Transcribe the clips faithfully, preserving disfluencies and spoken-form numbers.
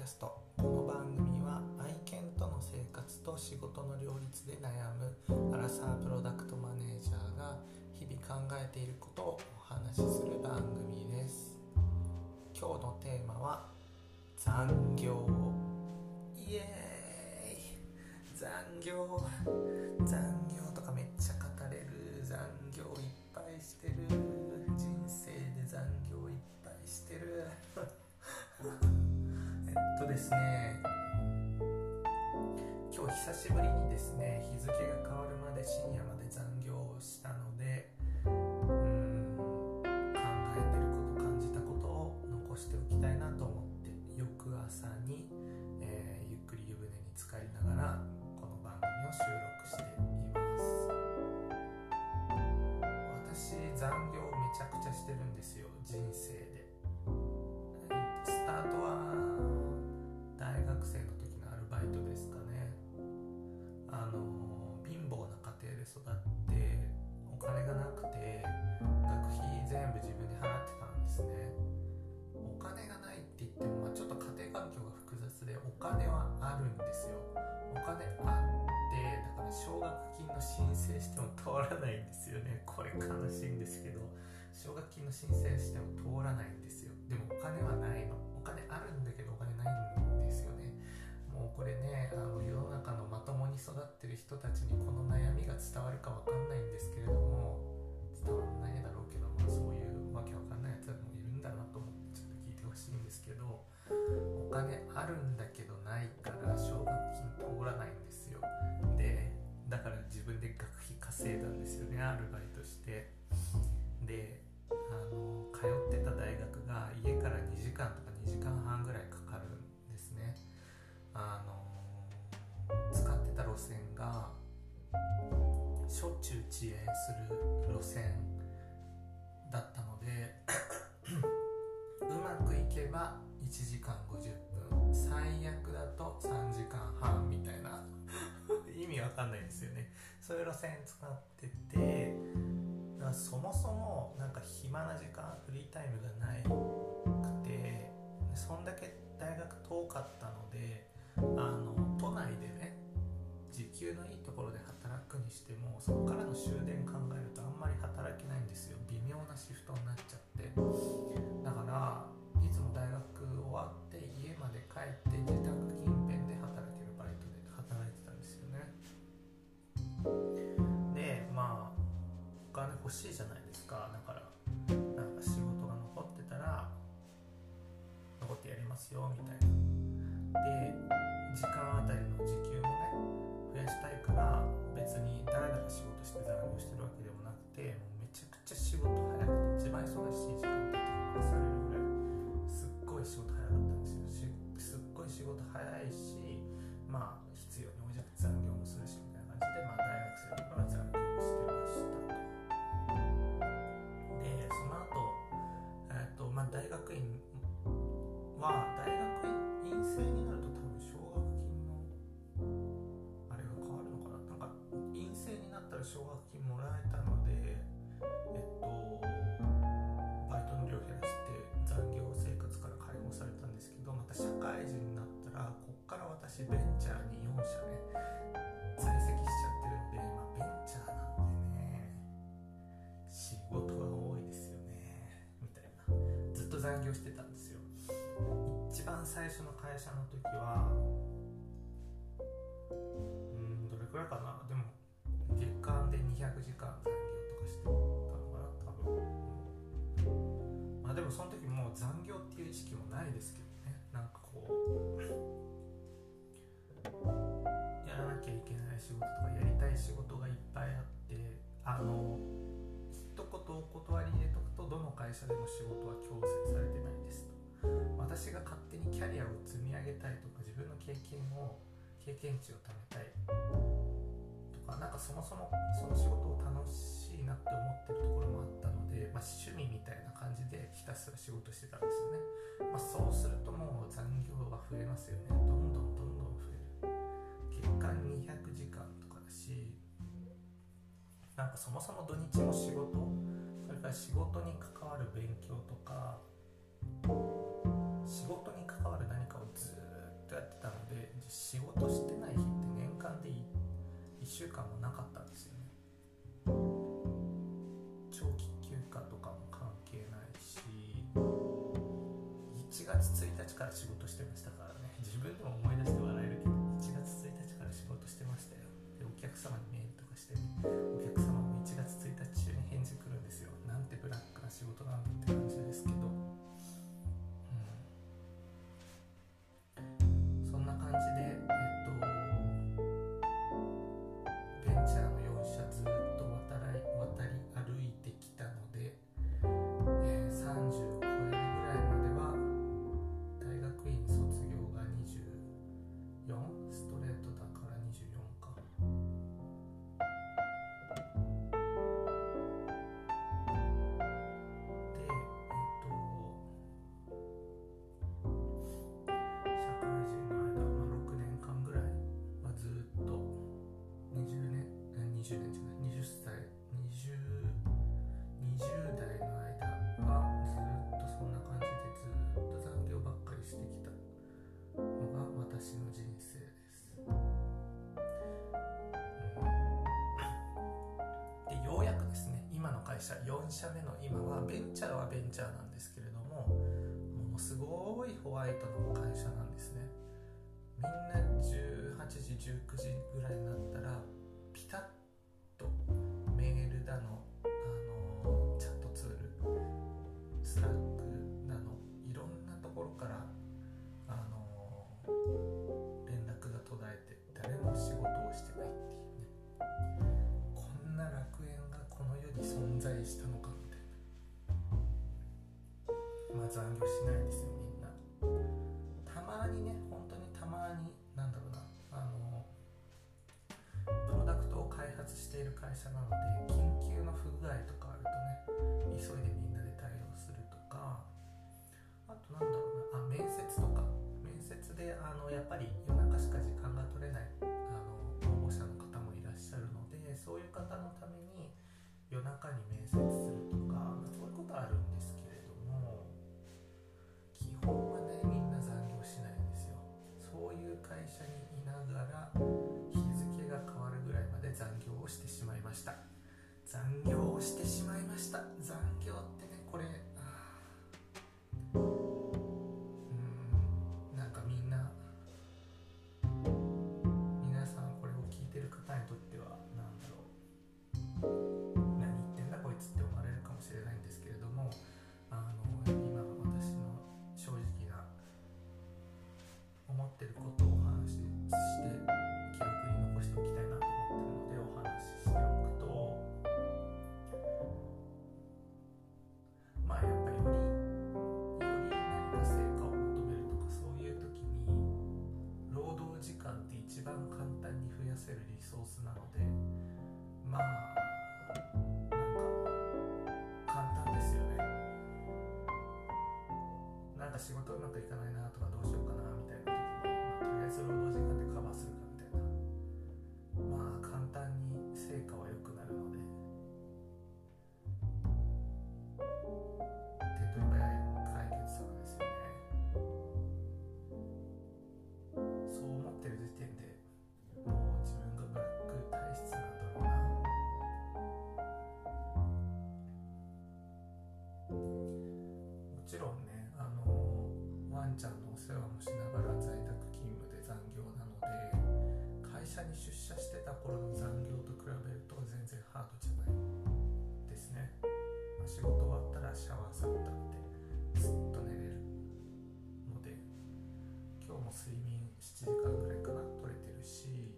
ャスト。この番組は愛犬との生活と仕事の両立で悩むアラサープロダクトマネージャーが日々考えていることをお話しする番組です。今日のテーマは残業。イエーイ、残業残業とかめっちゃ語れる。残業いっぱいしてる。人生で残業いっぱいしてるえっとですね今日久しぶりにですね日付が変わるまで深夜まで残業をしたので、うーん考えてること感じたことを残しておきたいなと思って翌朝に、えー、ゆっくり湯船に浸かりながらこの番組を収録しています。私残業めちゃくちゃしてるんですよ、人生で。スタートは大学生の時のアルバイトですかね。あの貧乏な家庭で育ってお金がなくて学費全部自分で払ってたんですね。お金がないって言っても、まあ、ちょっと家庭環境が複雑でお金はあるんですよ。お金あってだから奨学金の申請しても通らないんですよね。これ悲しいんですけど、奨学金の申請しても通らないんですよ。でもお金はないの。お金あるんだけどお金ないんですよね。もうこれね、あの世の中のまともに育ってる人たちにこの悩みが伝わるかわかんないんですけれども、伝わらないだろうけど、まあ、そういうわけわかんないやつもいるんだなと思ってちょっと聞いてほしいんですけど、お金あるんだけどないから奨学金通らないんですよ。でだから自分で学費稼いだんですよね、アルバイトして。であの通ってた大学が家からにじかんとかにじかんはんぐらいかかるんですね。あの使ってた路線がしょっちゅう遅延する路線だったのでうまくいけばいちじかんごじゅっぷん、最悪だとさんじかんはんみたいな意味わかんないですよね。そういう路線使ってて、だからそもそもなんか暇な時間、フリータイムがないくて、そんだけ大学遠かったので、あの都内でね時給のいいところで働くにしても、そこからの終電考えるとあんまり働けないんですよ。微妙なシフトになっちゃって、だからいつも大学終わって家まで帰って自宅近辺で働けるバイトで働いてたんですよね。でまあお金欲しいじゃないですか。だからなんか仕事が残ってたら残ってやりますよみたいな。で時間あたりの時給もね増やしたいから、別にだらだら仕事して残業してるわけでもなくて、もうめちゃくちゃ仕事早くて、一番忙しい時間帯とかされるぐらいすっごい仕事早かったんですよ。すっごい仕事早いし、まあ必要に応じて残業もするしみたいな感じで、まあ大学生の頃は残業をしてましたと。でその後、えっとまあ大学院は大学院院生になると多分奨学金のあれが変わるのかな。なんか院生になったら奨学金もらえたので、えっとバイトの量減らして残業生活から解放されたんですけど、また社会人になったらこっから私ベンチャーによんしゃね在籍しちゃってるので、まあ、ベンチャーなんでね仕事が多いですよねみたいな。ずっと残業してたんですよ。一番最初の会社の時はうーんどれくらいかな、でも月間でにひゃくじかん残業とかしてたのかな多分。まあでもその時もう残業っていう意識もないですけどね。なんかこうやらなきゃいけない仕事とかやりたい仕事がいっぱいあって、あの一言お断り入れとくと、どの会社でも仕事は強制されてないですと。私が勝手にキャリアを積み上げたいとか、自分の経験を経験値を貯めたいとか、なんかそもそもその仕事を楽しいなって思ってるところもあったので、まあ、趣味みたいな感じでひたすら仕事してたんですよね。まあ、そうするともう残業が増えますよね。どんどんどんどん増える。月間にひゃくじかんとかだし、なんかそもそも土日も仕事、それから仕事に関わる勉強とか、仕事に関わる何かをずっトやってたので、仕事してない日って年間でいっしゅうかんもなかったんですよね。長期休暇とかも関係ないし、いちがつついたちから仕事してましたからね。自分でも思い出して笑えるけど、いちがつついたちから仕事してましたよ。で、お客様にメールとかしてね、お客様もいちがつついたち中に返事来るんですよ。なんてブラックな仕事なんだって感じですけど、そんな感じで、えっと、ベンチャーのよん社ずっと渡り、渡り歩いてきたので、えー、さんじゅう超えるぐらいまでは大学院卒業がにじゅうよん、ストレートだからにじゅうよんか。で、えっと社会人の間、まあ、ろくねんかんぐらいはずっとにじゅうねん、にじゅうねんじゃない、にじゅっさい、にじゅう、にじゅう代の間はずっとそんな感じでずっと残業ばっかりしてきたのが私の人生です。うん、で、ようやくですね、今の会社よん社目の今はベンチャーはベンチャーなんですけれども、ものすごいホワイトの会社なんですね。みんなじゅうはちじじゅうくじぐらいになったらピタッとメールだの、あのチャットツール、スラックだの、いろんなところからあの連絡が途絶えて、誰も仕事をしてないっていうね、こんな楽園がこの世に存在したのかみたいな。まあ残業しないんですよ、みんな。たまにね、本当にたまに、なんだろうな、あのプロダクトを開発している会社なので、緊急の不具合とかあるとね、急いでみんなで対応するとか、あとなんだろうな、あ、面接とか、面接であのやっぱり夜中しか時間が取れないあの応募者の方もいらっしゃるので、そういう方のために夜中に面接するとか、まあ、そういうことあるんですけれども、基本はね、みんな残業しないんですよ。そういう会社にいながら日付が変わるぐらいまで残業をしてしまいました。残業をしてしまいました。残業ってね、これ、うーん、なんかみんな、皆さんこれを聞いてる方にとってはなんだろう、何言ってんだこいつって思われるかもしれないんですけれども、あの今の私の正直な思ってることをお話しして記録に残しておきたいなと思ってるのでお話ししておくと、まあやっぱりよりより何か成果を求めるとか、そういう時に労働時間って一番簡単に増やせるリソースなので、まあなんか簡単ですよね。なんか仕事うまくいかないなとか、どうしようかなみたいな時に、まあ、とりあえず労働時間でカバーするかみたいな、まあ簡単に成果は良くなるので、手っ取り早い解決策ですよね。そう思ってる時点でもう自分がブラック体質なんだろうな。もちろんね、あのワンちゃんのお世話もしながら在宅勤務で残業なので、会社に出社してた頃の残業と比べると全然ハードじゃないですね。まあ、仕事終わったらシャワーサッと浴びてずっと寝れるので、今日も睡眠ななじかんぐらいかな取れてるし、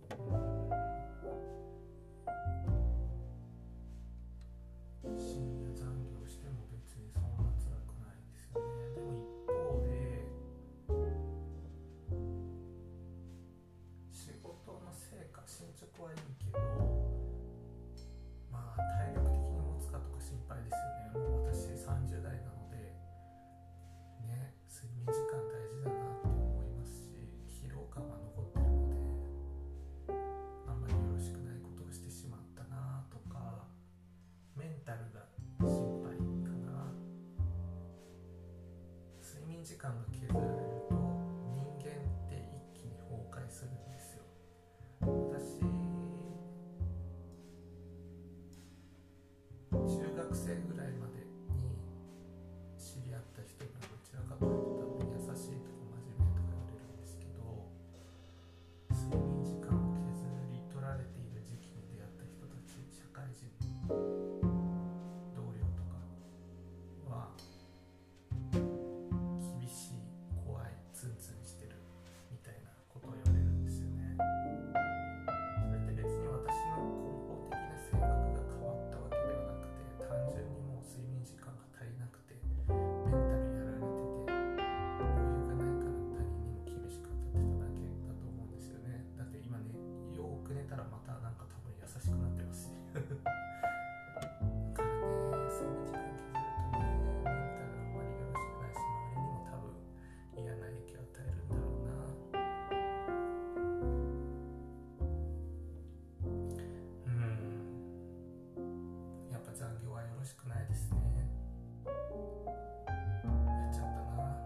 深夜残業しても別にそんな辛くないですよね。でも一方で、仕事の成果、進捗はいいけど、まあ体力的に持つかとか心配ですよね。もう私さんじゅう代なのでね、睡眠時間大事だなって思いますし、疲労感が残ってるので、あんまりよろしくないことをしてしまったなとか、メンタルが心配かな。睡眠時間が削られると人間ってしくないですね。やっちゃったな。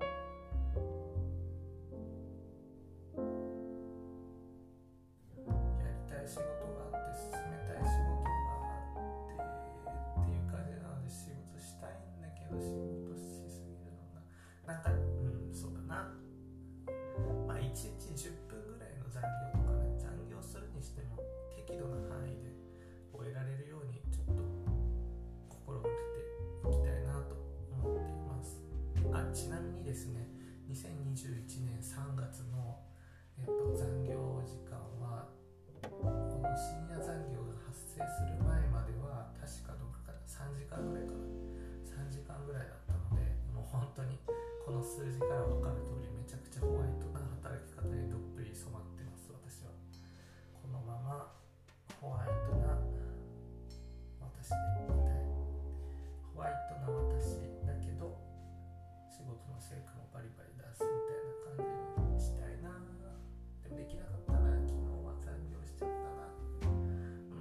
やりたい仕事があって進めたい仕事があってっていう感じなので、仕事したいんだけど仕事しすぎるのがなんか、うんそうだな、まあいちにちじゅっぷんぐらいの残業とかね、残業するにしても適度な範囲で終えられるようにちょっと心がけていきたいなと思っています。あ、ちなみにですね、にせんにじゅういちねんさんがつの、えっと、残業時間はこの深夜残業が発生する前までは確かどうかなさんじかんぐらいかなさんじかんぐらいだったので、もう本当にこの数字から分かる通りめちゃくちゃホワイトな働き方にどっぷり染まってます。私はこのままホワイトな私でいたい。ホワイトな私だけど仕事の成果もバリバリ出すみたいな感じにしたいな。でもできなかったな、昨日は残業しちゃったな。うー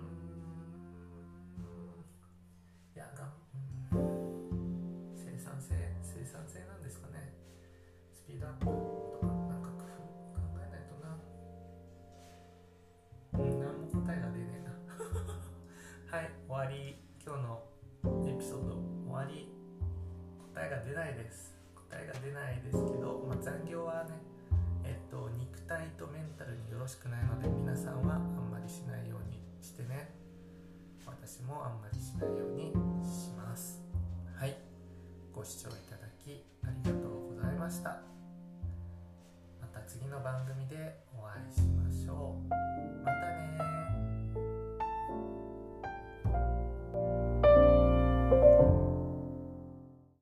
んいやが、うん、生産性生産性なんですかね。スピードアップとかなんか工夫考えないとな。うん何も答えが出ねえなはい終わり。今日のエピソード終わり。答えが出ないです。答えが出ないですけど、まあ、残業はね、えっと、肉体とメンタルによろしくないので、皆さんはあんまりしないようにしてね。私もあんまりしないようにします。はい、ご視聴いただきありがとうございました。また次の番組でお会いしましょう。またね。